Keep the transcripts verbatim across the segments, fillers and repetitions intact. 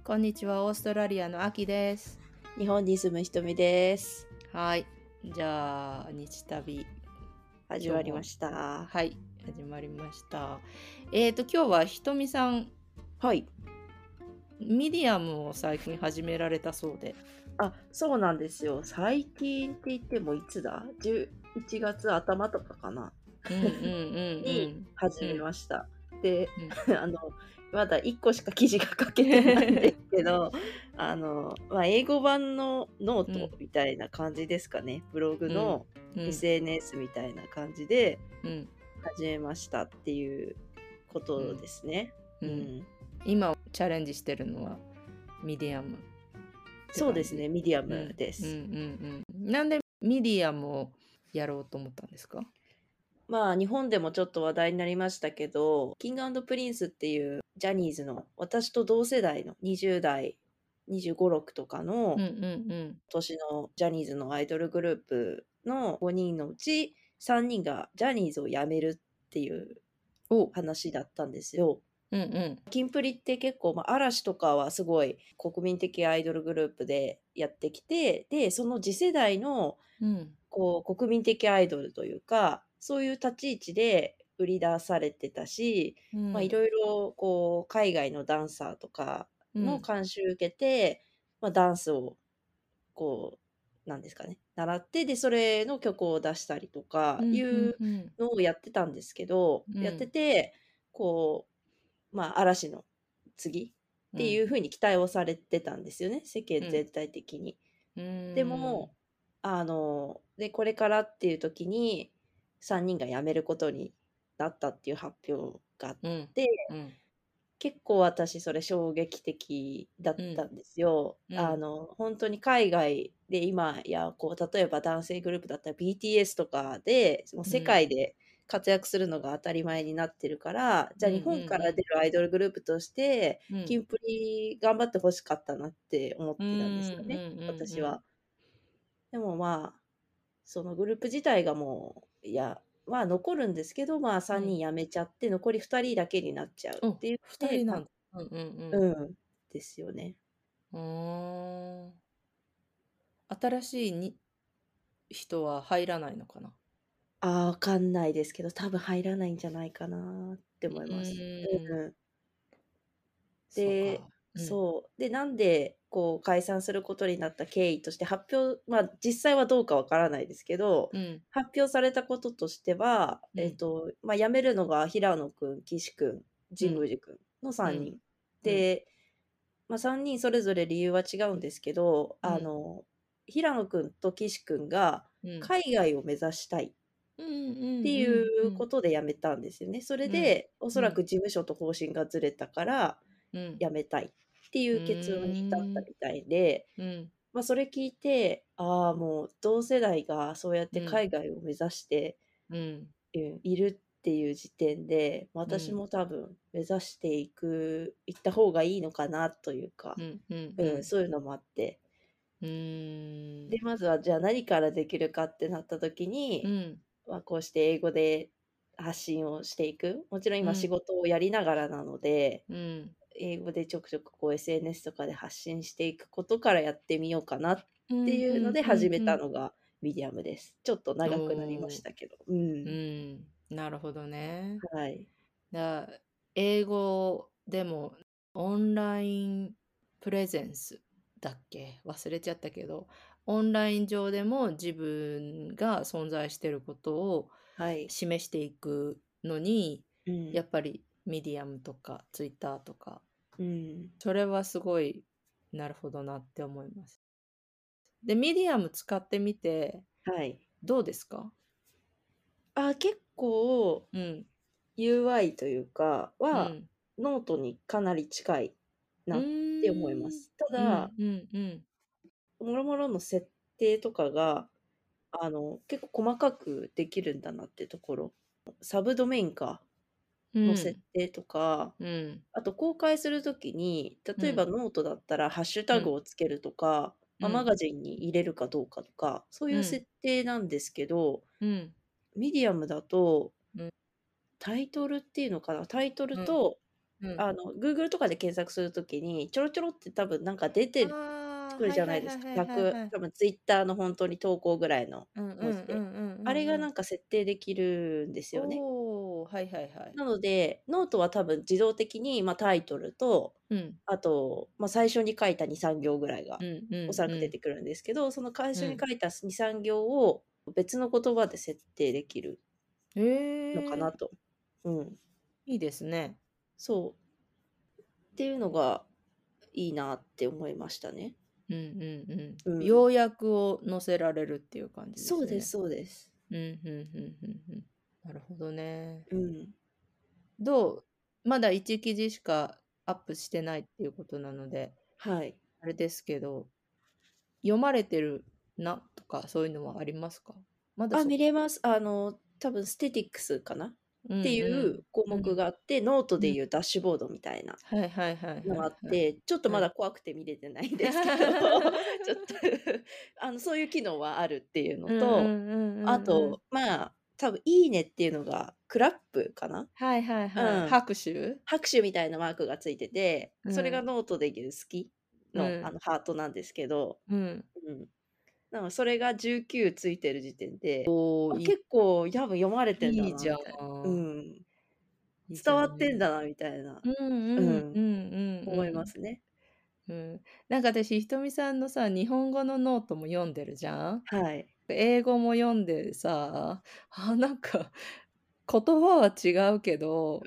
こんにちは、オーストラリアのアキです。 日本に住むひとみです。 はい。じゃあ、日旅。 始まりました。 はい、始まりました。えっと、今日はひとみさん、 はい。 ミディアムを最近始められたそうで。 あ、そうなんですよ。最近って言ってもいつだ ?じゅういちがつ頭とかかな。 うんうんうんうん。 に始めましした。で、 うんあの、まだいっこしか記事が書けてないんですけど、あの、まあ、英語版のノートみたいな感じですかね。ブログのうんうんエスエヌエス みたいな感じでうん始めましたっていうことですね。 うんうん今チャレンジしてるのはミディアムって感じ。 そうですね、ミディアうんムでうんす。 うんうん。なんでミディアムをやろうと思ったんですか？ まあ、日本でもちょっと話題になりましたけど、キングプリンスっていうジャニーズの私と同世代のにじゅう代、にじゅうご、ろくとかのうんうんうん年のジャニーズのアイドルグループのごにんのうちさんにんがジャニーズを辞めるっていうお話だったんですよ。 うんうんキンプリって結構、まあ、嵐とかはすごい国民的アイドルグループでやってきて、で、その次世代のうんこう国民的アイドルというか、そういう立ち位置で売り出されてたし、 うんまあいろいろこう海外のダンサーとかのうん監修受けて、まあダンスをこう、なんですかね、習って、で、それの曲を出したりとかうんいううんのをやってたんですけど、 うんやってて、こう、まあ嵐の次っていう風に期待をされてたんですよね、世間全体的に。 うんでも、あの、で、これからっていう時に、さんにんが辞めることになったっていう発表があっうんて、 うん結構私それ衝撃的だったんですよ。 うんあの、本当に海外で今や、こう、例えば男性グループだったら ビーティーエス とかで、もう世界で活躍するのが当たり前になってるから、じゃあ日本から出るアイドルグループとして、 うんキンプリ頑張って欲しかったなって思っうんてたんですようんね、 うん私は。でもまあ、そのグループ自体がもう、いや、まあ残るんですけど、まあさんにん辞めちゃって、残りふたりだけになっちゃうおっていうで、まあ、 二人なんだ。うんうんうん、ですよね。 うんうーん新しいに人は入らないのかな？ ああ、わかんないですけど、多分入らないんじゃないかなってう思います。 ーんうん。で、 そうかうんそう。で、なんで、こう解散することになった経緯として発表まあ、実際はどうかわからないですけど、 うん発表されたこととしては、 うんえっと、まあ、辞めるのが平野くん、岸くん、神宮寺くんのさんにん。 うんで、まあ、さんにんそれぞれ理由は違うんですけど、 うんあの、平野くんと岸くんがうん海外を目指したいうんうんっていうことで辞めたんですよね。それで、おそらく事務所と方針がずれたからうん辞めたいっていう結論に至ったみたいで、 うんまあ、それ聞いて、ああ、もう同世代がそうやってうん海外を目指してうんうん、いるっていう時点で、私うんも多分目指していく行った方がいいのかなというか、 うんうんうん、そういうのもあって。 うーで、 んまずはじゃあ何からできるかってなった時うに、 んまあ、こうして英語で発信をしていく。もちろん今仕うん事をやりながらなので、 うん英語でちょくちょくこう エスエヌエス とかで発信していくことからやってみようかなっうんていうのでうん始めうんたのがミディアムです。ちょっと長くなりまおーしたけど。うん。 うん、なるほどね。 はい。 だ英語でもオンラインプレゼンスだっけ忘れちゃったけど、オンライン上でも自分が存在していることをはい。 示していくのに、 うん。 やっぱりミディアムとかツイッターとか、 うん。 それはすごいなるほどなって思います。で、ミディアム使ってみてはい。 どうですか？ あ、結構うん、 ユーアイ というかは、 うん。 ノートにかなり近いうなって思いまーん。 す。たうん、 だ、 うん、うん。 もろもろの設定とかが、あの、結構細かくできるんだなってところ。サブドメインかうの設ん、 定とか、 うん、 あと公開するときに、例えばうん、 ノートだったらハッシュタグうん、 をつけるとか、まあ、マうん、 ガジンに入れるかどうかとか、そういううん、 設定なんですけど、 うん、 ミディアムだとうん、 タイトルっていうのかな、タイトルうん、 とうん。 あの、Google とかで検索する時に、ちょろちょろって多分なんか出てああ、 くるはいじゃないですか。 はいはいはいはい 100 はい。 多分 Twitter のほんとに投稿ぐらいのうんうん文字で。 うんうんあれがうんうん。 なんか設定できるんですよね。 おお、はいはいはい。 なので、ノートは多分自動的に、ま、タイトルと、 うん。 あと、ま、最初に書いたに、さん行ぐらいがうんうおそらんうん。 く出てくるんですけど、その最初にうん。 書いたすに、さん行を別の言葉で設定できるのかへえ。 なと。うん。 いいですね。 そう。っていうのがいいなって思いましたね。 うんうんうん。 うん。 要約を載せられるっていう感じでそうですすよね。 そうです。 うん、ふんふんふんふん。なるほどね。 うん。 どうまだいち記事しかアップしてないっていうことなので、 はい。 あれですけど、読まれてるなとかそういうのはありますか？まだあ、 そ見れます。あの、多分ステティックスかなっうんていうん。 う項うん。 目があって、ノートうん。 でいうダッシュボードみたいなはいはいはいのがあはいはい。 って、ちょっとはい。 まだ怖くて見れてないんですけど、ちょっとあの、そういう機能はあるっていうのうんうと、 んうんうんうん。 あと、まあ、多分いいねっていうのがクラップかな？ はいはいうはい。 ん。 拍手？ 拍手みたいなマークがついてて、それがうん。 ノートでいう好きの、あうん。 の、ハートなんですけど、 うん。 うん。なのそれがじゅうきゅうついてる時点で、 おお、 あ、 いい結構多分読まれてんだいいじゃなみたいな。うん。 ん。 いいじゃん。 伝わってんだなみたいな、 うんうんううん、 んうん思いうん。 ますね。 うん。なんか私、ひとみさんのさ、日本語のノートも読んでるじゃん？ はい。 英語も読んでさ、あ、なんか言葉は違うけど、 うん。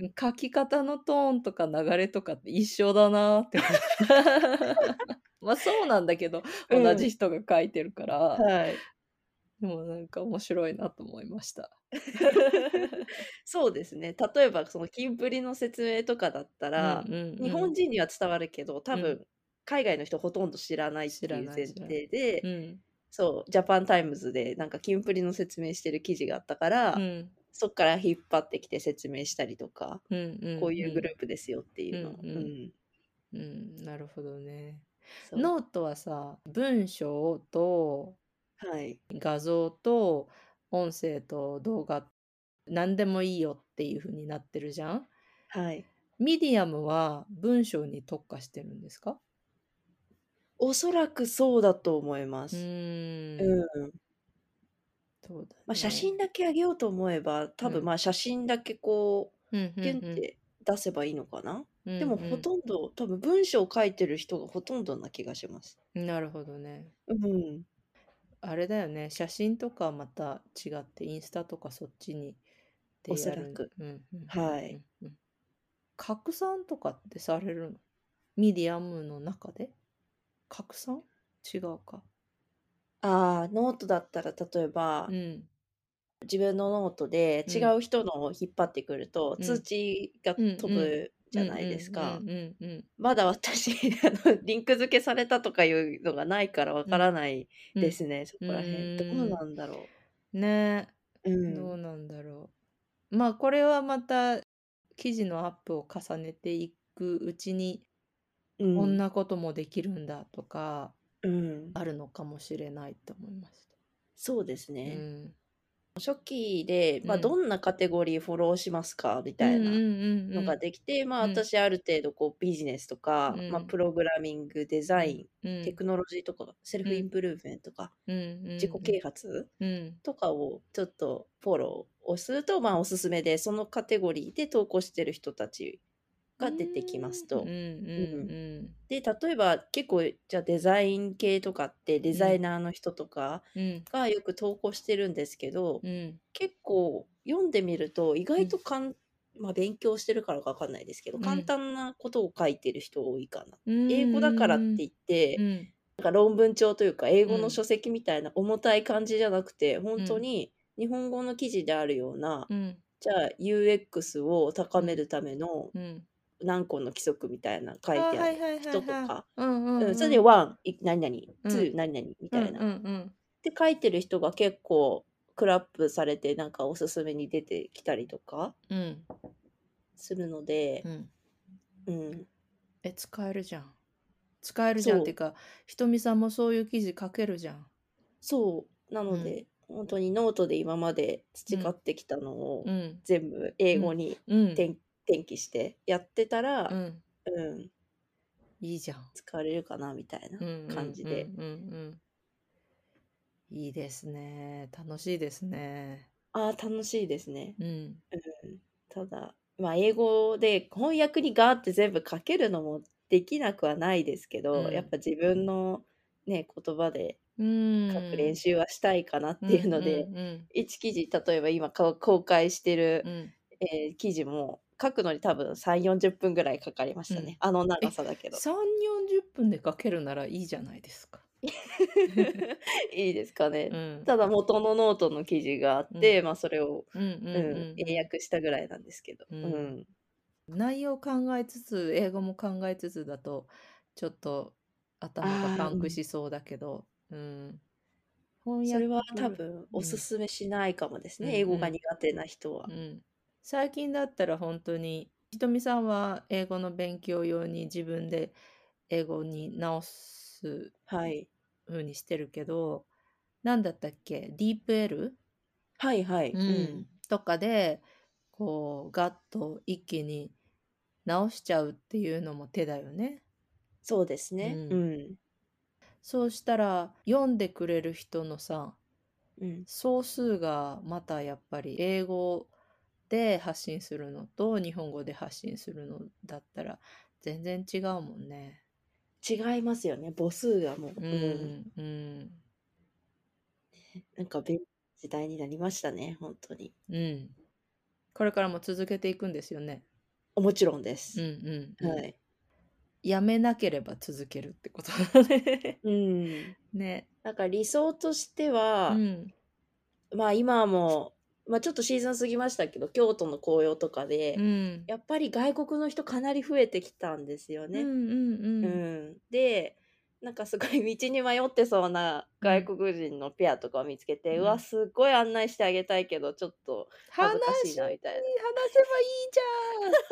うん、書き方のトーンとか流れとかって一緒だなって思った。ま、そうなんだけど、同うん。 じ人が書いてるから、 はい。 でもなんか面白いなと思いました。 そうですね。例えばそのキンプリの説明とかだったうんら、 うん日うん。 本人には伝わるけど、多うん。 分海外の人ほとんど知らないっ知らていう前ない知らない。 提で、 うん。 そう、ジャパンタイムズでなんかキンプリの説明してる記事があったから、 うん。 そっから引っ張ってきて説明したりとか、 うんうこういうグんうん。 ループですよっていううのを、うんん、 うん。うん、なるほどね。 そう。 ノートはさ、文章とはい。 画像と音声と動画、何でもいいよっていう風になってるじゃん？ はい。 ミディアムは文章に特化してるんですか？ おそらくそうだと思いまうす。 ーん、 うん。 そうだま、写ね。 真だけ上げようと思えば、多分、 うん。 ま、写真だけこう、 うん、ふんふん。 ピュンって出せばいいのかな？ うんでもほうとんど、多分文章を書いてる人がほとんどな気がします。 ん。なるほどね。 うん。 あれだよね、写真とかまた違って、インスタとかそっちにおでやるそらく。 うん、ふんふんはい。 ふんふん。拡散とかってされるの？ミディアムの中で？拡散？違うか。 ああ、ノートだったら例えば、 うん、 自分のノートで違うん、 う人のを引っ張ってくると、通うん。 知がうん飛うん。 ぶうんじゃないですうんうか。 んうんうん。 まだ私、あの、リンク付けされたとかいうのがないからわかうん、 らないうん。 ですね、そうこら辺。どうーん。 なんだろね、 う。うん。 どうなんだろう。まあ、これはまた記事のアップを重ねていくうちに、こんうん。 なこともできるんだとか、 うん。 あるのかもしれないと思いました。 そうですね。 うん。 初期で、まあ、 うん。 どんなカテゴリーフォローしますかみうんうたいなのがんうんできて、まあ、 うん。うん。 私ある程度こうビジネスとか、まあ、 うん。 プログラミング、デザうん。 イン、 うん。 テクノロジーとか、セルフインうん。 プルーブメントとか、 うんうん自己啓発うん。うん。 とかをちょっとフォローをすると、まあ、おすすめで、そのカテゴリーで投稿してる人たちうーが出てきますん。うんうと。うん。 んうん。 で、例えば結構じゃあデザイン系とかってデザイうん。 ナーの人とかうん。 がよく投稿してるんですけど、 うん。 結構読んでみると意うん。 外とかんまあ、勉強してるからかわかんないですけど、簡うん。 単なことを書いてる人多いかな。 う英語だからってーん。 言って、 うん。 なんか論文帳というか、英うん。 語の書籍みたいな重たい感じじゃなくて、ほんうん。 とに日本語の記事であるような、 うん。 じゃあ ユーエックス を高うん。 めるためのうん。 何個の規則みたいな書いああ、 てあるはいはいはいはい。 人とか、 うんううん、それでんうん。 ワン、い何々、 うん。 ツー何々みうんたいな。 うんうん。 で、書いてる人が結構クラップされて、なんかおすすめに出てきたりとかうん。 するので、 うん。 うん、 え、使えるじゃん。使えるじゃんってそう、 いうか、ひとみさんもそういう記事書けるじゃん。 そう。なうん。 ので、ほんとにノートで今までうん。 培ってきたのをうん。 全部英うん。 語にうん。 転転転記してやってたうら、 ん。 うん。 いいじゃん。 使われるかなみたいなうんうん感じで。 うんうんうん。いいですね。楽しいですね。 ああ、楽しいですね。 うん。 うん。ただ、ま、英語で翻訳にガーって全部書けるのもできなくはないですけうど、やっん。 ぱ自分のね、言葉でう書くーん。 練習はしたいかなっうていうので、 んうんうん。 いち記事、例えば今か公開してる、 うん。 ええ、記事も書くのに多分さんよんじゅっぷんぐらいかかりましたね。 うん。 あの長え、 さだけど。 さんよんじゅっぷんで書けるならいいじゃないですか。 いいですかね。 うん。 ただ元のノートの記事があっうん。 て、ま、それを、 うんうんうん、 うんうん。 英訳したぐらいなんですけど。 うん。 うん。 内容考えつつ、英語も考えつつだと、ちょっと頭がああ、 パンクうん。 しそうだけど、うん。翻訳それは多ブ分おうん。 勧めしないかもですうね、英語がん苦手な人は。 うん。うん。最近だったらほんとに、ひとみさんは英語の勉強用に自分で英語に直すはい。 風にしてるけど、なんだったっけ、ディープ L？ はいはい。ううん。 ん。 とかで、こうガッと一気に直しちゃうっていうのも手だよね。 そうですね。ううん。 ん。 そうしたら、読んでくれる人のさ、 うん。 総数がまたやっぱり英語で発信するのと日本語で発信するのだったら全然違うもんね。 違いますよね、母数がもうう、うん。 ん、うん。 なんかべ時代になりましたね、ほんとに。 うん。これからも続けていくんですよね？ もちろんでうんす。 うんうん。 はい。 やめなければ続けるってことだね。 うん。 ね。 なんか理想としては、 うん。 ま、今も、ま、ちょっとシーズン過ぎましたけど、京都の紅葉とかで、 うん。 やっぱり外国の人かなり増えてきたんですよね。 うんうんううん。 ん。で、なんかすごい道に迷ってそうな外うん。 国人のペアとかを見つけて、うわ、 うん。 すっごい案内してあげたいけど、ちょっと話恥ずかしいなみたいな。 話せばいいじゃん。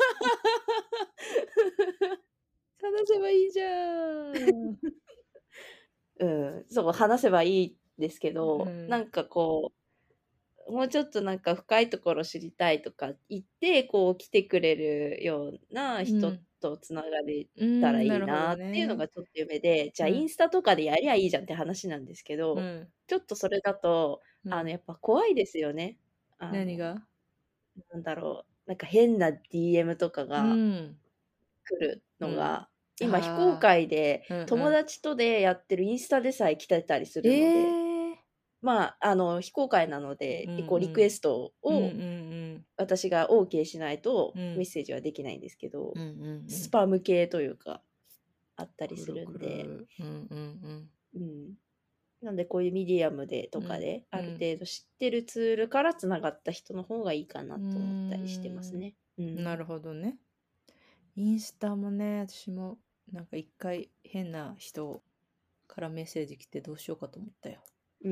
話せばいいじゃん。 うん、そう、話せばいいですけど、なうん。 んかこう、もうちょっとなんか深いところ知りたいとか言って、こう来てくれるような人うん。 と繋がれうーん、なたらいいるほどなっていうのね。 がちょっと夢で、じゃあうん。 インスタとかでやりゃいいじゃんって話なんですけど、 うん。 ちょっとそれだと、あの、 うん。 やっぱ怖いですよね。あの、 何が？ なんだろう、なんか変な ディーエム とかうがん。 来るうん。 のが、今非公ああ。 開でうんうん。 友達とでやってるインスタでさえ来てたりするので、 ええ。 まあ、あの、非公開なのうんで、え、こうリクエうん。 ストうんうんをうん。 私がオーケーしないとうん。 メッセージはできないんですけど、 うんうんうん。 スパム系というか、あったりすくるくるんで、 る。うんうんうん。なんでこういうミディアムでとうん。うんかで、あるうん。 程度知ってるツールから繋がった人の方がいいかなうーと思ったりしてますん。 ね。うん。 なるほどね。インスタもね、私もなんか一回変な人からメッセージ来てどうしようかと思ったよ。 うん。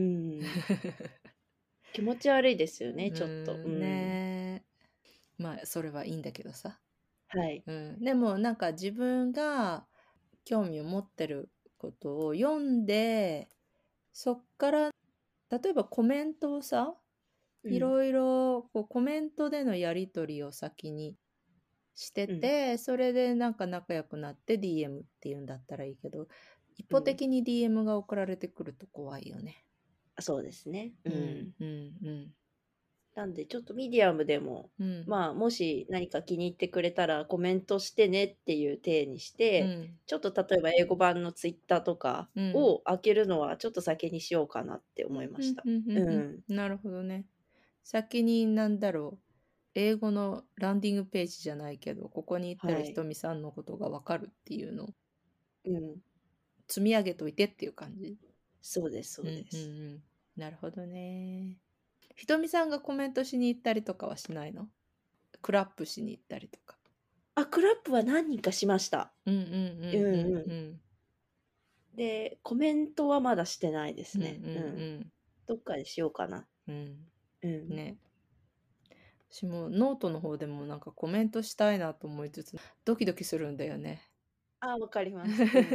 気持ち悪いですよね、 うちょっと。 ーん、 うん。 ね。まあ、それはいいんだけどさ。 はい。 うん。でもなんか自分が興味を持ってることを読んで、そっから例えばコメントをさ、 うん。 いろいろこうコメントでのやり取りを先にしてうん。 て、それでなんか仲良くなって ディーエム っていうんだったらいいけど、一うん。 方的に ディーエム が送られてくると怖いよね。 そうですね。ううん、 ん。 うん、うん。 なんでちょっとミディアムでも、 うん、 まあ、もし何か気に入ってくれたらコメントしてねっていう体にして、 うん、 ちょっと例えば英語版のツイッターとかうん。 を開けるのはちょっと先にしようかなってうん、 思いました。 うんうんうんうん。 うん。 なるほどね。先になんだろう、英語のランディングページじゃないけど、ここに行ったらはい。 ひとみさんのことがわかるっていうのをうん。 積み上げといてっていう感じ。 そうですそうん、うん、ううです。 ん。なるほどね。ひとみさんがコメントしに行ったりとかはしないの？クラップしに行ったりとか。 あ、クラップは何人かしました。 うんうんうんうんうんうん。 うん。 で、コメントはまだしてないでうんうすね。うん。 んどっかでしようかな。 うん。 うん。 ね。私もノートの方でもなんかコメントしたいなと思いつつ、ドキドキするんだよね。 あ、わかります。うん。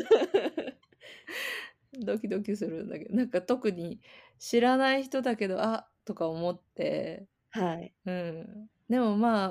ドキドキするんだけど、なんか特に知らない人だけど、あとか思って、 はい。 うん。でもまあ、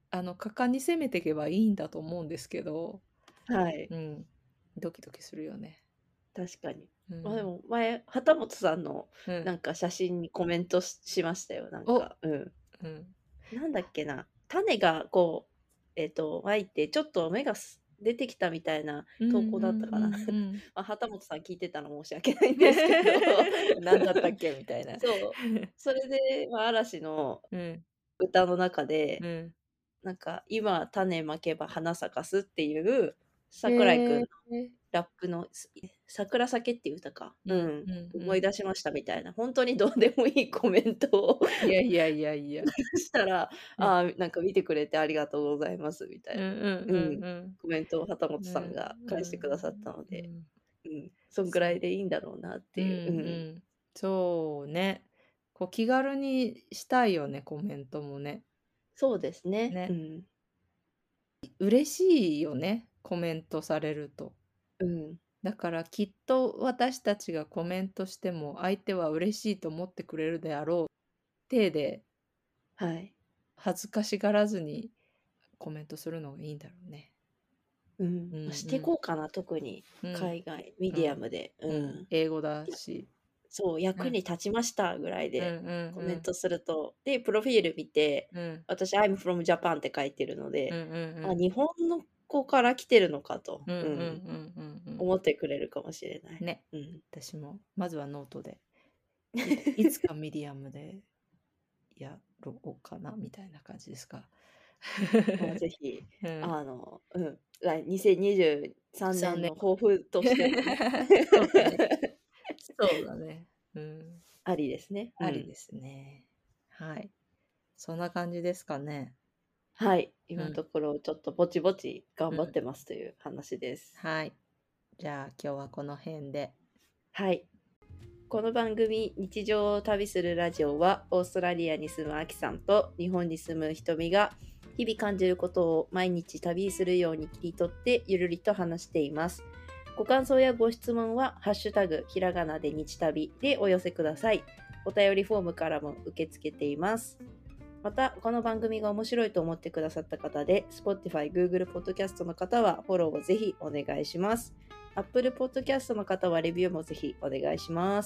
あの、果敢に攻めてけばいいんだと思うんですけど、 はい。 うん、ドキドキするよね。 確かに。ま、でうん。 も前、畑本さんのうん。 なんか写真にコメントししましたよ、なんお、 か、うん。 うん。 なんだっけな、種がこう、えっと、まいて、ちょっと芽がす出てきたみたいなうん投稿うんうだったかな。 んうん。 ま、畑本さん聞いてたら申し訳ないんですけど。 なんだったっけみたいな。 そう。それで、ま、嵐のうん。 歌の中で、 うん。 なんか、今種まけば花咲かすっていう桜井くんへのえ。 ラップの、すい桜咲けっていう歌か。 うん、 うん、 うんうん。 思い出しましたみたいな、ほんとにどうでもいいコメントをいやいやいやいや。 したら、 うん。 ああ、なんか見てくれてありがとうございますみたうんいな。 うんううん、 んうん。 コメントを畑本うんさんがう返してくださったのんうで、 ん。 うん、そんぐらそう。 いでいいんだろうなっうんていう。うん。 うん。そうね。こう気軽にしたいよね、コメントもね。 そうですね。うね。 ん。 嬉しいよね、コメントされると。 うん。 だからきっと私たちがコメントしても、相手は嬉しいと思ってくれるであろう体ではい。 恥ずかしがらずにコメントするのがいいんだろうね。 うん、 うんま、してうん。 こうかな、特にうん。 海外、ミうん。 ディアムで。ううん、 ん。 英語だいや、 し。 そう、 うん。 役に立ちましたぐらいでうんうんうん。 コメントすると、で、プロフィール見て、 うん。 私 I'm from Japan って書いてるので、 うんうんうあ、 ん。 日本の子から来てるのかと、 うんうんうんうん、 うんうん。 思ってくれるかもしれない。 ね、 うん。 私もまずはノートで、いいつかミディアムでやろうかなみたいな感じですか？ まあ、ぜひ、 うん。 あの、うん、らいにせんにじゅうさんねさんねん。 んの抱負としてもね。 そうだね。そうだね。うん。 ありですね。うん。 ありですね。はい。そんな感じですかね。 はい、今のうん。 ところちょっとぼちぼち頑張っうん。 てますという話です。 はい。じゃあ、今日はこの辺で。 はい。この番組、日常を旅するラジオは、オーストラリアに住むアキさんと日本に住むひとみが、日々感じることを毎日旅するように切り取ってゆるりと話しています。ご感想やご質問は、ハッシュタグ、ひらがなで日旅でお寄せください。お便りフォームからも受け付けています。また、この番組が面白いと思ってくださった方で、Spotify、Google Podcast の方はフォローをぜひお願いします。Apple Podcast の方はレビューもぜひお願いします。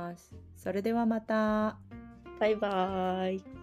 はい、お願いします。それではまた。 バイバーイ。